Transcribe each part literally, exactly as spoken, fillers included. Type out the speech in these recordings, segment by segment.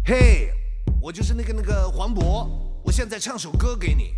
嘿、hey, 我就是那个那个黄渤，我现在唱首歌给你。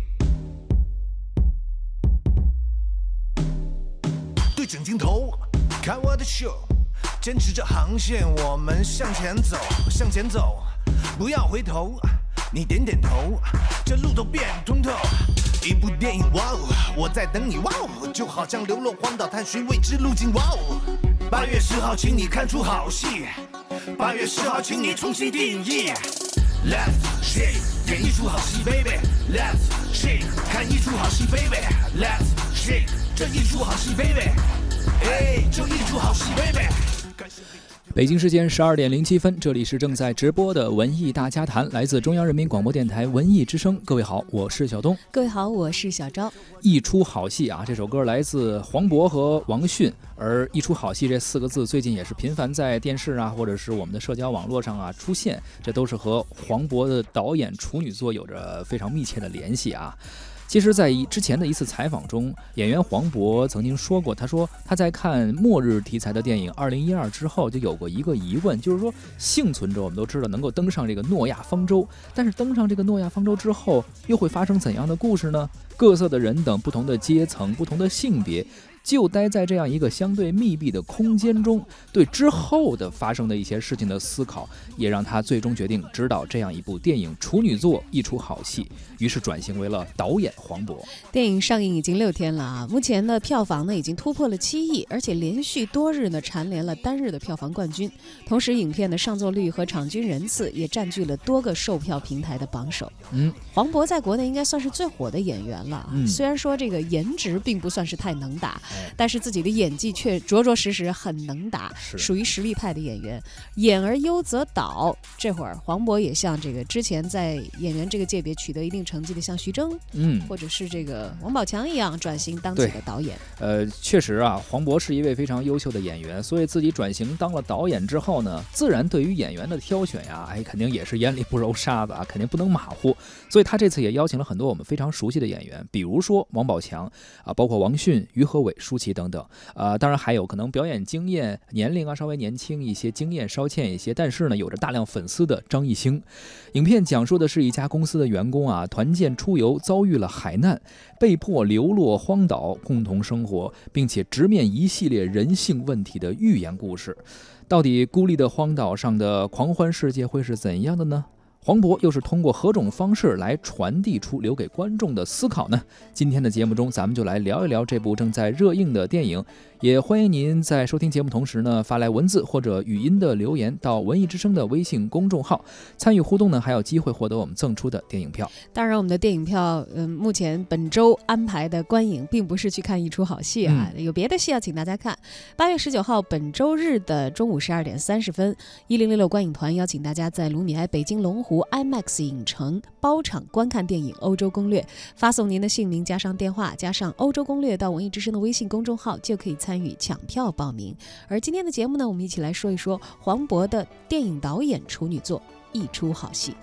对准镜头，看我的秀，坚持着航线，我们向前走，向前走，不要回头。你点点头，这路都变通透。一部电影，哇哦，我在等你，哇哦，就好像流落荒岛，探寻未知路径，哇哦。八月十号，请你看出好戏。八月十号，请你重新定义。Let's shake， 演一出好戏 ，baby。Let's shake， 看一出好戏 ，baby。Let's shake， 这一出好戏 ，baby。哎，就一出好戏 ，baby。 北京时间十二点零七分，这里是正在直播的文艺大家谈，来自中央人民广播电台文艺之声。各位好，我是小东。 各位好，我是小昭。 一出好戏啊，这首歌来自黄渤和王迅，而一出好戏这四个字最近也是频繁在电视啊，或者是我们的社交网络上啊出现，这都是和黄渤的导演处女作有着非常密切的联系啊。其实在之前的一次采访中，演员黄渤曾经说过，他说他在看末日题材的电影二零一二之后就有过一个疑问，就是说幸存者我们都知道能够登上这个诺亚方舟，但是登上这个诺亚方舟之后又会发生怎样的故事呢？各色的人等，不同的阶层，不同的性别，就待在这样一个相对密闭的空间中，对之后的发生的一些事情的思考，也让他最终决定执导这样一部电影处女作，一出好戏，于是转型为了导演黄渤。 电影上映已经六天了啊，目前的票房呢已经突破了七亿，而且连续多日呢蝉联了单日的票房冠军。同时，影片的上座率和场均人次也占据了多个售票平台的榜首。 嗯， 黄渤在国内应该算是最火的演员了。 嗯， 虽然说这个颜值并不算是太能打。但是自己的演技却着着实实很能打，属于实力派的演员。演而优则导，这会儿黄渤也像这个之前在演员这个界别取得一定成绩的，像徐峥， 嗯， 或者是这个王宝强一样转型当起了导演。 呃，确实啊，黄渤是一位非常优秀的演员，所以自己转型当了导演之后呢，自然对于演员的挑选呀，哎，肯定也是眼里不揉沙子啊，肯定不能马虎。所以他这次也邀请了很多我们非常熟悉的演员，比如说王宝强啊，包括王迅、于和伟、舒淇等等。呃，当然还有可能表演经验、年龄啊稍微年轻一些，经验稍欠一些，但是呢有着大量粉丝的张艺兴。影片讲述的是一家公司的员工啊团建出游，遭遇了海难，被迫流落荒岛，共同生活，并且直面一系列人性问题的寓言故事。到底孤立的荒岛上的狂欢世界会是怎样的呢？黄渤又是通过何种方式来传递出留给观众的思考呢？今天的节目中，咱们就来聊一聊这部正在热映的电影。也欢迎您在收听节目同时呢，发来文字或者语音的留言到文艺之声的微信公众号，参与互动呢，还有机会获得我们赠出的电影票。 当然，我们的电影票，嗯，目前本周安排的观影并不是去看一出好戏啊，嗯、有别的戏要请大家看。八月十九号，本周日的中午十二点三十分，一零六六观影团邀请大家在卢米埃北京龙湖 IMAX 影城包场观看电影《欧洲攻略》，发送您的姓名加上电话加上欧洲攻略到文艺之声的微信公众号，就可以参与抢票报名。而今天的节目呢，我们一起来说一说黄渤的电影导演处女作《一出好戏》。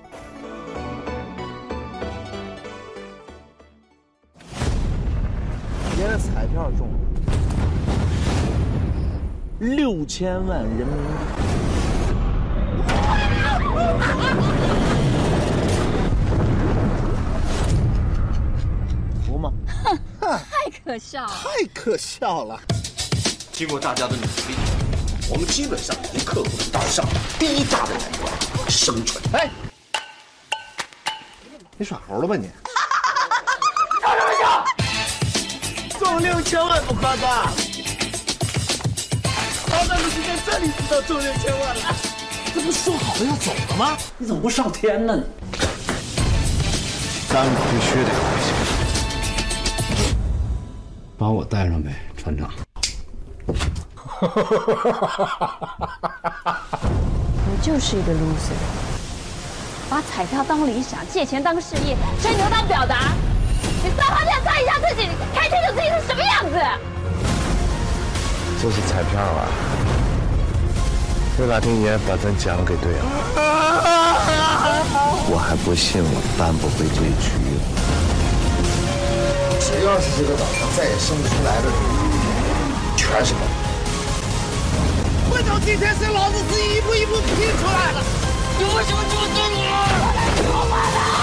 今天的彩票中六千万人民币。服吗？ 太可笑了！ 太可笑了！ 经过大家的努力，我们基本上已经克服了岛上第一大的难关——生存。 哎，你耍猴了吧你？ 看什么笑？ 中六千万不夸张。他们是在这里知道中六千万了。这不说好了要走了吗？ 你怎么不上天呢？ 咱们必须得回去，把我带上呗，船长。 我就是一个 loser， 把彩票当理想，借钱当事业，吹牛当表达。你稍微再看一下自己，看清楚自己是什么样子。 这是彩票啊！这哪天爷把咱奖给对了，我还不信我扳不回这局。 只要是这个岛上再也生不出来的人，全是梦。 混到今天是老子是一步一步拼出来的。 你为什么这么对我？救我啊！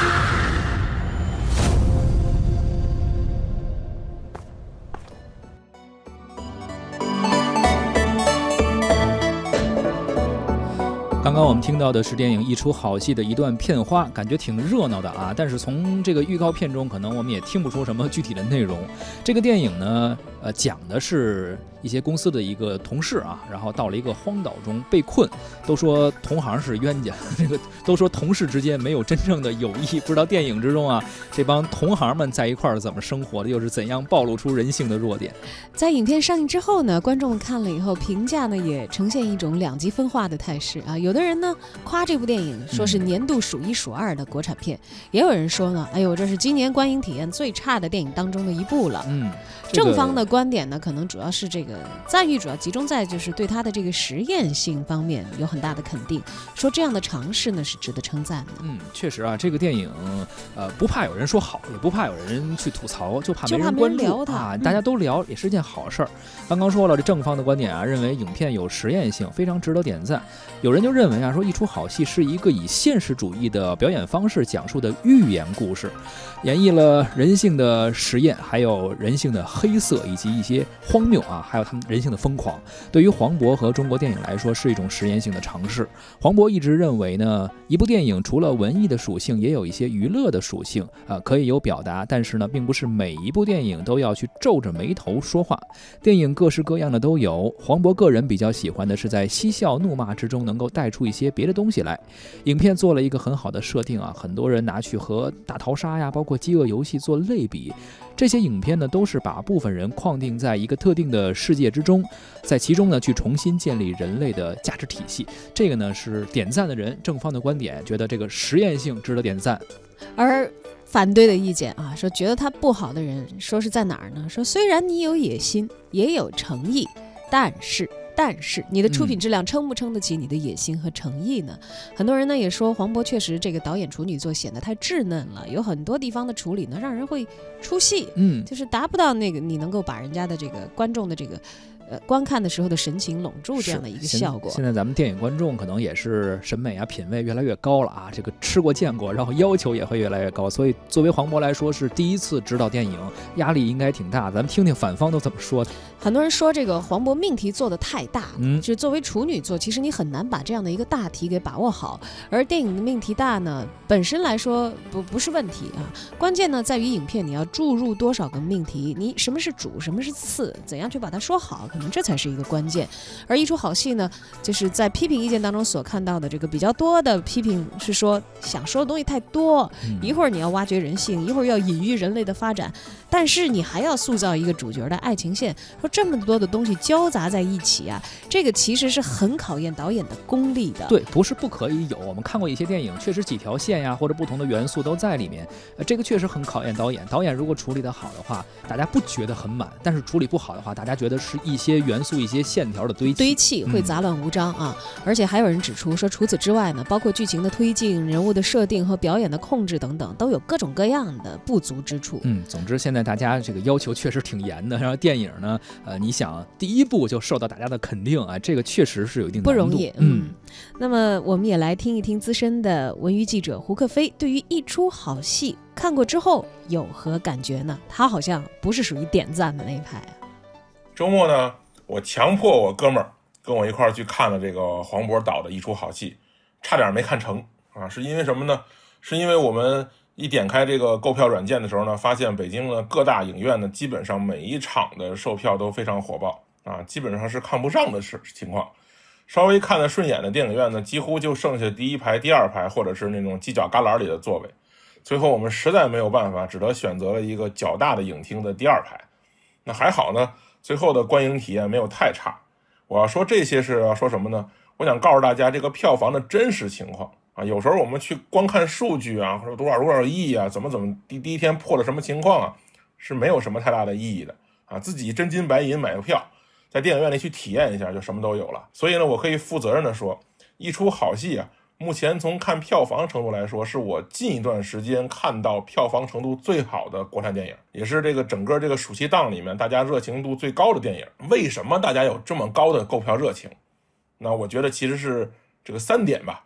刚刚我们听到的是电影《一出好戏》的一段片花，感觉挺热闹的啊。但是从这个预告片中，可能我们也听不出什么具体的内容。这个电影呢，呃，讲的是一些公司的一个同事啊，然后到了一个荒岛中被困，都说同行是冤家，这个都说同事之间没有真正的友谊。不知道电影之中啊，这帮同行们在一块儿怎么生活的，又是怎样暴露出人性的弱点？ 在影片上映之后呢，观众们看了以后，评价呢也呈现一种两极分化的态势啊。有的人呢夸这部电影说是年度数一数二的国产片，嗯、也有人说呢，哎呦，这是今年观影体验最差的电影当中的一部了。 嗯，这个、 正方的观点呢，可能主要是这个赞誉主要集中在就是对它的这个实验性方面有很大的肯定，说这样的尝试呢是值得称赞的。 嗯，确实啊，这个电影呃不怕有人说好，也不怕有人去吐槽，就怕没人关注啊，大家都聊也是件好事儿。刚刚说了，这正方的观点啊，认为影片有实验性，非常值得点赞。有人就认为啊，说一出好戏是一个以现实主义的表演方式讲述的寓言故事，演绎了人性的实验，还有人性的黑色以及一些荒谬啊，还有他们人性的疯狂。对于黄渤和中国电影来说，是一种实验性的尝试。黄渤一直认为呢，一部电影除了文艺的属性，也有一些娱乐的属性啊、呃，可以有表达，但是呢，并不是每一部电影都要去皱着眉头说话。电影各式各样的都有，黄渤个人比较喜欢的是在嬉笑怒骂之中能够带出一些别的东西来。影片做了一个很好的设定啊，很多人拿去和大逃杀呀，包括饥饿游戏做类比。这些影片呢，都是把部分人框定在一个特定的世界之中，在其中呢去重新建立人类的价值体系。这个呢是点赞的人正方的观点，觉得这个实验性值得点赞。 而反对的意见啊，说觉得它不好的人说是在哪儿呢？说虽然你有野心，也有诚意，但是。但是你的出品质量撑不撑得起你的野心和诚意呢？嗯、很多人呢也说黄渤确实这个导演处女作显得太稚嫩了，有很多地方的处理呢让人会出戏，嗯，就是达不到那个你能够把人家的这个观众的这个呃观看的时候的神情拢住这样的一个效果。 现在咱们电影观众可能也是审美啊品味越来越高了啊，这个吃过见过，然后要求也会越来越高，所以作为黄渤来说是第一次执导电影，压力应该挺大。咱们听听反方都怎么说的。 很多人说这个黄渤命题做得太大，嗯，就是作为处女作，其实你很难把这样的一个大题给把握好。而电影的命题大呢，本身来说不不是问题啊，关键呢在于影片你要注入多少个命题，你什么是主，什么是次，怎样去把它说好，可能这才是一个关键。而一出好戏呢，就是在批评意见当中所看到的这个比较多的批评是说，想说的东西太多，嗯、一会儿你要挖掘人性，一会儿要隐喻人类的发展，但是你还要塑造一个主角的爱情线，说这么多的东西交杂在一起啊，这个其实是很考验导演的功力的。 对，不是不可以有，我们看过一些电影，确实几条线呀，或者不同的元素都在里面，呃，这个确实很考验导演。导演如果处理得好的话，大家不觉得很满；但是处理不好的话，大家觉得是一些元素、一些线条的堆砌， 堆砌会杂乱无章啊。嗯、而且还有人指出说，除此之外呢，包括剧情的推进、人物的设定和表演的控制等等，都有各种各样的不足之处。 嗯，总之现在大家这个要求确实挺严的，然后电影呢，呃，你想第一部就受到大家的肯定啊，这个确实是有一定难度， 不容易。嗯，那么我们也来听一听资深的文娱记者胡克飞对于一出好戏看过之后有何感觉呢？他好像不是属于点赞的那一派啊。 周末呢，我强迫我哥们儿跟我一块儿去看了这个黄渤导的一出好戏，差点没看成啊！是因为什么呢？是因为我们一点开这个购票软件的时候呢，发现北京的各大影院呢，基本上每一场的售票都非常火爆啊，基本上是看不上的情况。稍微看得顺眼的电影院呢，几乎就剩下第一排、第二排，或者是那种犄角旮旯里的座位。最后我们实在没有办法，只得选择了一个较大的影厅的第二排。那还好呢，最后的观影体验没有太差。我要说这些是要说什么呢？我想告诉大家这个票房的真实情况啊。有时候我们去光看数据啊，或者多少多少亿啊，怎么怎么第第一天破了什么情况啊，是没有什么太大的意义的啊。自己真金白银买个票，在电影院里去体验一下，就什么都有了。所以呢，我可以负责任的说，一出好戏啊，目前从看票房程度来说，是我近一段时间看到票房程度最好的国产电影，也是这个整个这个暑期档里面大家热情度最高的电影。为什么大家有这么高的购票热情？那我觉得其实是这个三点吧。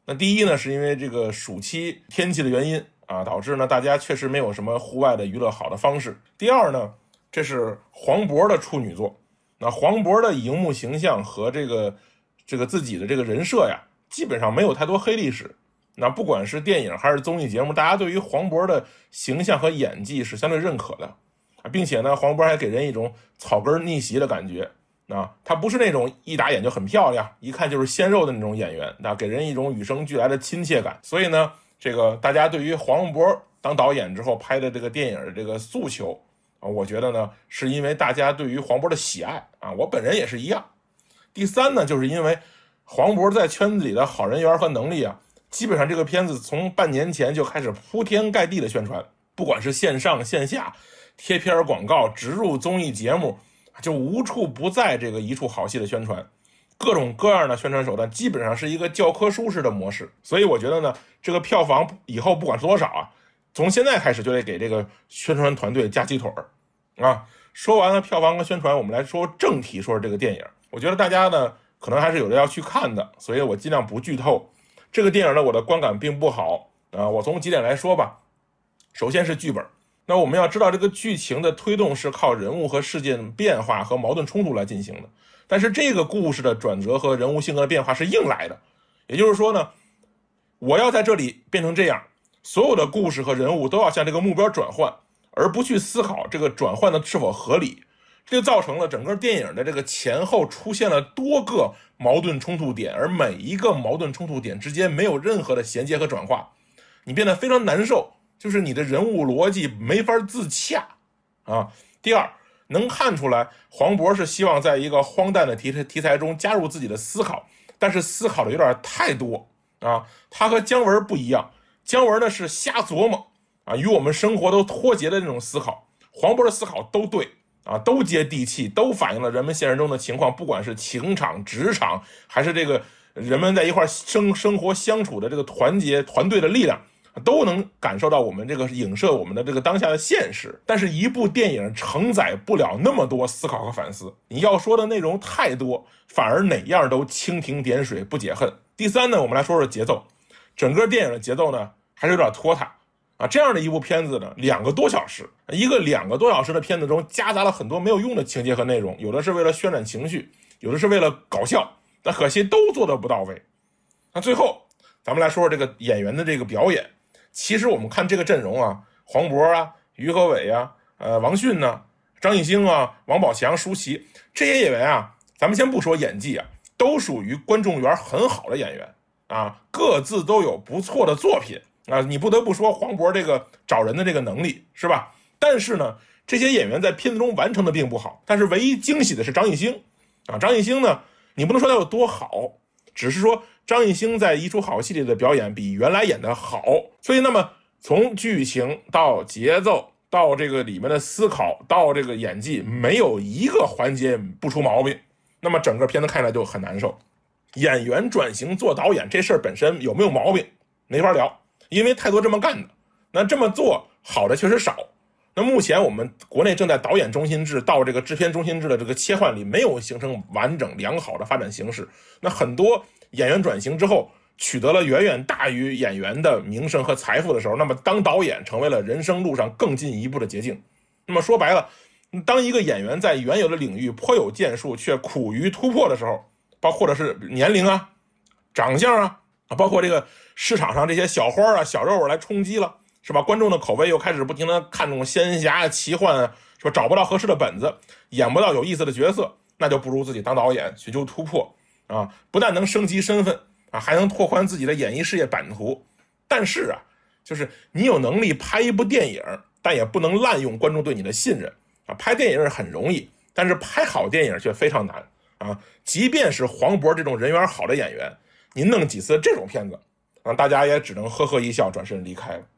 那第一呢，是因为这个暑期天气的原因啊，导致呢大家确实没有什么户外的娱乐好的方式。第二呢，这是黄渤的处女作，那黄渤的荧幕形象和这个这个自己的这个人设呀，基本上没有太多黑历史。那不管是电影还是综艺节目，大家对于黄渤的形象和演技是相对认可的，并且呢，黄渤还给人一种草根逆袭的感觉。啊，他不是那种一打眼就很漂亮，一看就是鲜肉的那种演员，那给人一种与生俱来的亲切感。所以呢，这个大家对于黄渤当导演之后拍的这个电影的这个诉求啊，我觉得呢，是因为大家对于黄渤的喜爱啊，我本人也是一样。第三呢，就是因为黄渤在圈子里的好人缘和能力啊，基本上这个片子从半年前就开始铺天盖地的宣传，不管是线上线下贴片广告、植入综艺节目，就无处不在这个一处好戏的宣传，各种各样的宣传手段基本上是一个教科书式的模式。所以我觉得呢，这个票房以后不管是多少啊，从现在开始就得给这个宣传团队加鸡腿儿啊。说完了票房和宣传，我们来说正题，说说这个电影。我觉得大家呢可能还是有的要去看的，所以我尽量不剧透。这个电影呢，我的观感并不好啊。我从几点来说吧。首先是剧本。那我们要知道，这个剧情的推动是靠人物和事件变化和矛盾冲突来进行的，但是这个故事的转折和人物性格的变化是硬来的。也就是说呢，我要在这里变成这样，所有的故事和人物都要向这个目标转换，而不去思考这个转换的是否合理。这就造成了整个电影的这个前后出现了多个矛盾冲突点，而每一个矛盾冲突点之间没有任何的衔接和转化，你变得非常难受，就是你的人物逻辑没法自洽啊。第二，能看出来黄渤是希望在一个荒诞的题题材中加入自己的思考，但是思考的有点太多啊。他和姜文不一样，姜文呢是瞎琢磨啊，与我们生活都脱节的那种思考。黄渤的思考都对啊，都接地气，都反映了人们现实中的情况，不管是情场、职场，还是这个人们在一块生生活相处的这个团结团队的力量，都能感受到我们这个影射我们的这个当下的现实。但是一部电影承载不了那么多思考和反思，你要说的内容太多，反而哪样都蜻蜓点水不解恨。第三呢，我们来说说节奏。整个电影的节奏呢还是有点拖沓啊。这样的一部片子呢，两个多小时，一个两个多小时的片子中夹杂了很多没有用的情节和内容，有的是为了渲染情绪，有的是为了搞笑，那可惜都做得不到位。那最后咱们来说说这个演员的这个表演。其实我们看这个阵容啊，黄渤啊、于和伟啊、呃王迅呢、啊、张艺兴啊、王宝强、舒淇这些演员啊，咱们先不说演技啊，都属于观众缘很好的演员啊，各自都有不错的作品啊。你不得不说黄渤这个找人的这个能力是吧？但是呢，这些演员在片子中完成的并不好。但是唯一惊喜的是张艺兴啊，张艺兴呢，你不能说他有多好，只是说张艺兴在一出好戏里的表演比原来演的好。所以那么从剧情到节奏到这个里面的思考到这个演技，没有一个环节不出毛病，那么整个片子看起来就很难受。演员转型做导演这事儿本身有没有毛病没法聊，因为太多这么干的，那这么做好的确实少。那目前我们国内正在导演中心制到这个制片中心制的这个切换里，没有形成完整良好的发展形式。那很多演员转型之后取得了远远大于演员的名声和财富的时候，那么当导演成为了人生路上更进一步的捷径。那么说白了，当一个演员在原有的领域颇有建树却苦于突破的时候，包括的是年龄啊、长相啊，包括这个市场上这些小花啊、小肉来冲击了，是吧？观众的口味又开始不停的看这种仙侠、奇幻，是吧？找不到合适的本子，演不到有意思的角色，那就不如自己当导演，寻求突破啊！不但能升级身份啊，还能拓宽自己的演艺事业版图。但是啊，就是你有能力拍一部电影，但也不能滥用观众对你的信任啊！拍电影很容易，但是拍好电影却非常难啊！即便是黄渤这种人缘好的演员，您弄几次这种片子啊，大家也只能呵呵一笑，转身离开了。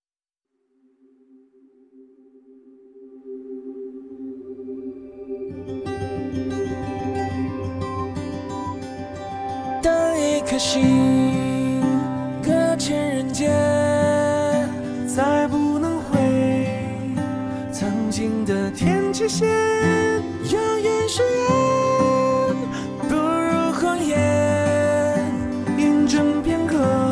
当一颗心搁浅人间，再不能回曾经的天际线，遥远誓言不如谎言，印证片刻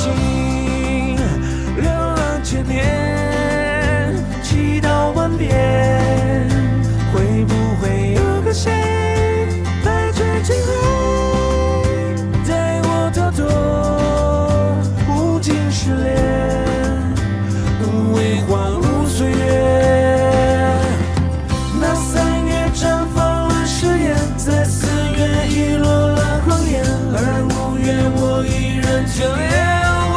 心流浪千年，祈祷万遍，会不会有个谁百转千回，带我逃脱无尽失恋，无为荒芜岁月。那三月绽放了誓言，在四月遗落了谎言，而五月我依然眷恋。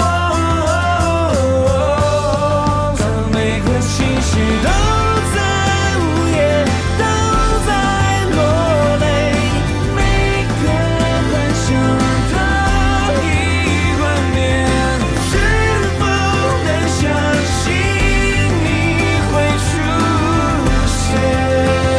当每颗心事都在午夜，都在落泪，每个幻想的一幻灭，是否能相信你会出现？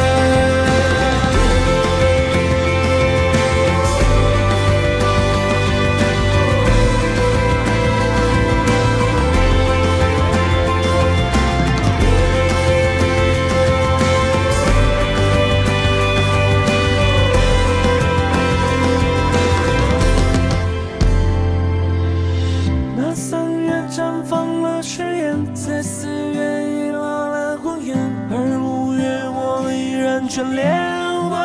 那三月绽放了誓言，在四月遗落了谎言，而五月我依然眷恋。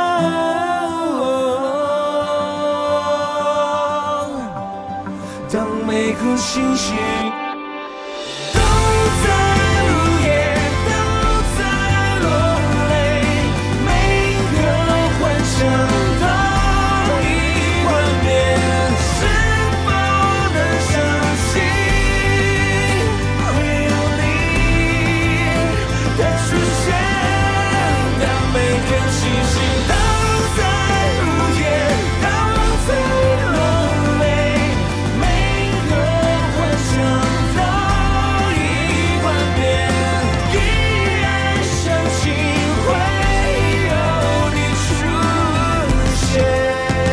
当每颗星星都在午夜，都在落泪，每个幻想都已幻灭，是否能相信会有你的出现？当每颗星星都在午夜，都在落泪，每个幻想都已幻灭，依然相信会有你出现。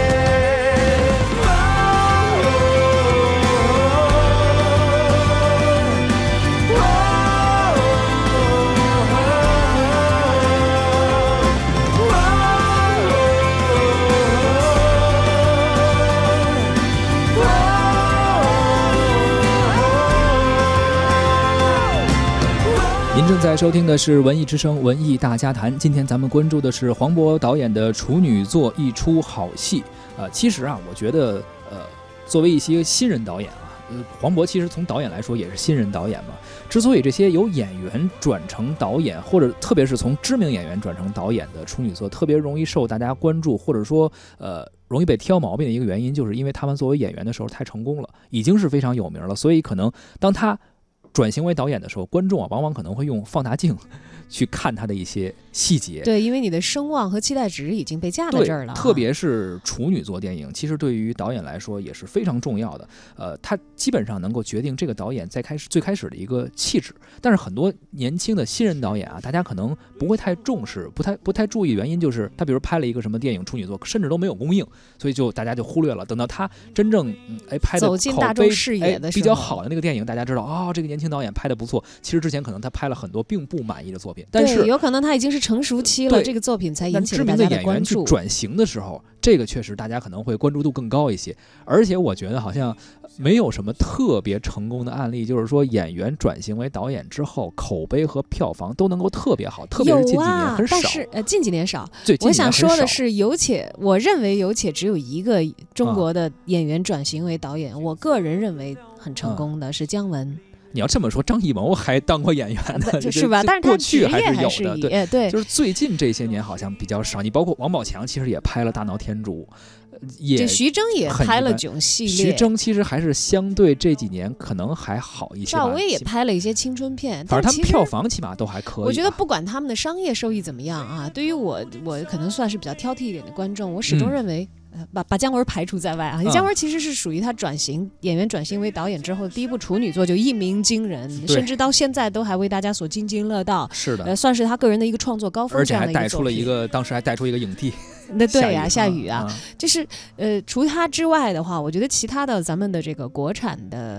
您正在收听的是文艺之声文艺大家谈，今天咱们关注的是黄渤导演的处女作《一出好戏》。呃，其实啊，我觉得呃，作为一些新人导演啊，呃，黄渤其实从导演来说也是新人导演嘛。之所以这些由演员转成导演，或者特别是从知名演员转成导演的处女作特别容易受大家关注，或者说呃容易被挑毛病的一个原因，就是因为他们作为演员的时候太成功了，已经是非常有名了，所以可能当他转型为导演的时候，观众啊往往可能会用放大镜去看他的一些细节。 对，因为你的声望和期待值已经被架在这儿了、啊。 特别是处女座电影，其实对于导演来说也是非常重要的。呃，他基本上能够决定这个导演在开始最开始的一个气质。但是很多年轻的新人导演啊，大家可能不会太重视，不太不太注意，原因就是他比如拍了一个什么电影处女座，甚至都没有公映，所以就大家就忽略了。等到他真正、嗯、哎拍的走进大众视野的时候、 哎、比较好的那个电影，大家知道啊、哦，这个年轻导演拍的不错。其实之前可能他拍了很多并不满意的作品，但是有可能他已经是成熟期了，这个作品才引起了大家的关注。 知名的演员去转型的时候，这个确实大家可能会关注度更高一些。而且我觉得好像没有什么特别成功的案例，就是说演员转型为导演之后，口碑和票房都能够特别好，特别是近几年很少。 但是呃，近几年少。 对， 我想说的是，有且我认为有且只有一个中国的演员转型为导演，嗯、我个人认为很成功的是姜文。 你要这么说，张艺谋还当过演员呢， 是吧？但是过去还是有的， 对对， 就是最近这些年好像比较少。你包括王宝强，其实也拍了《大闹天竺》，也就徐峥也拍了囧系列。 徐峥其实还是相对这几年可能还好一些。 赵薇也拍了一些青春片， 反正他们票房起码都还可以。 我觉得不管他们的商业收益怎么样啊，对于我，我可能算是比较挑剔一点的观众，我始终认为。嗯把把姜文排除在外啊！姜文其实是属于他转型演员转型为导演之后第一部处女作就一鸣惊人，甚至到现在都还为大家所津津乐道。 是的， 呃，算是他个人的一个创作高峰， 而且还带出了一个，当时还带出一个影帝。 那对呀、啊， 夏雨啊，嗯、就是呃，除他之外的话，我觉得其他的咱们的这个国产的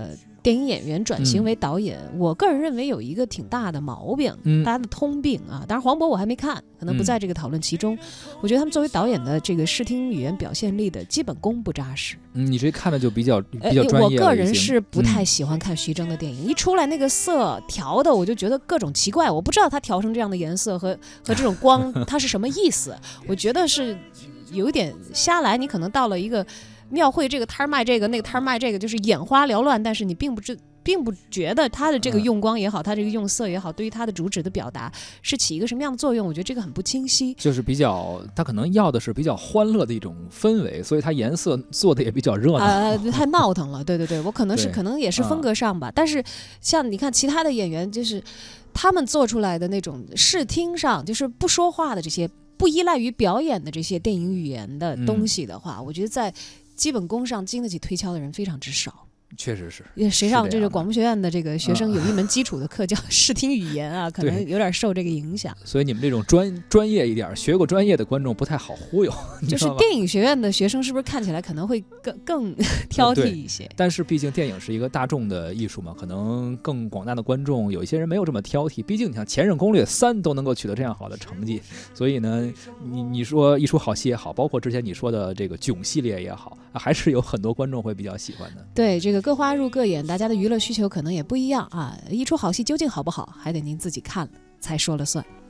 电影演员转型为导演，嗯、我个人认为有一个挺大的毛病， 嗯、 大家的通病啊。当然，黄渤我还没看，可能不在这个讨论其中。嗯、我觉得他们作为导演的这个视听语言表现力的基本功不扎实。 嗯，你这看的就比较比较专业了。 呃、我个人是不太喜欢看徐峥的电影，嗯、一出来那个色调的，我就觉得各种奇怪，我不知道他调成这样的颜色和和这种光，它是什么意思？我觉得是有一点瞎来。你可能到了一个庙会，这个摊卖这个，那个摊卖这个，就是眼花缭乱，但是你并不知。并不觉得他的这个用光也好，他这个用色也好，对于他的主旨的表达是起一个什么样的作用？我觉得这个很不清晰。 就是比较，他可能要的是比较欢乐的一种氛围，所以他颜色做的也比较热闹。 呃，太闹腾了，对对对，我可能是可能也是风格上吧。但是像你看其他的演员，就是他们做出来的那种视听上，就是不说话的这些，不依赖于表演的这些电影语言的东西的话，嗯、我觉得在基本功上经得起推敲的人非常之少。 确实是， 谁让这个广播学院的这个学生有一门基础的课叫视听语言啊，可能有点受这个影响。 所以你们这种专专业一点、学过专业的观众不太好忽悠。 就是电影学院的学生是不是看起来可能会更更挑剔一些？ 但是毕竟电影是一个大众的艺术嘛，可能更广大的观众有一些人没有这么挑剔。毕竟你像《前任攻略三》都能够取得这样好的成绩，所以呢，你你说一出好戏也好，包括之前你说的这个囧系列也好，还是有很多观众会比较喜欢的。 对这个。各花入各眼，大家的娱乐需求可能也不一样啊。一出好戏究竟好不好，还得您自己看了才说了算。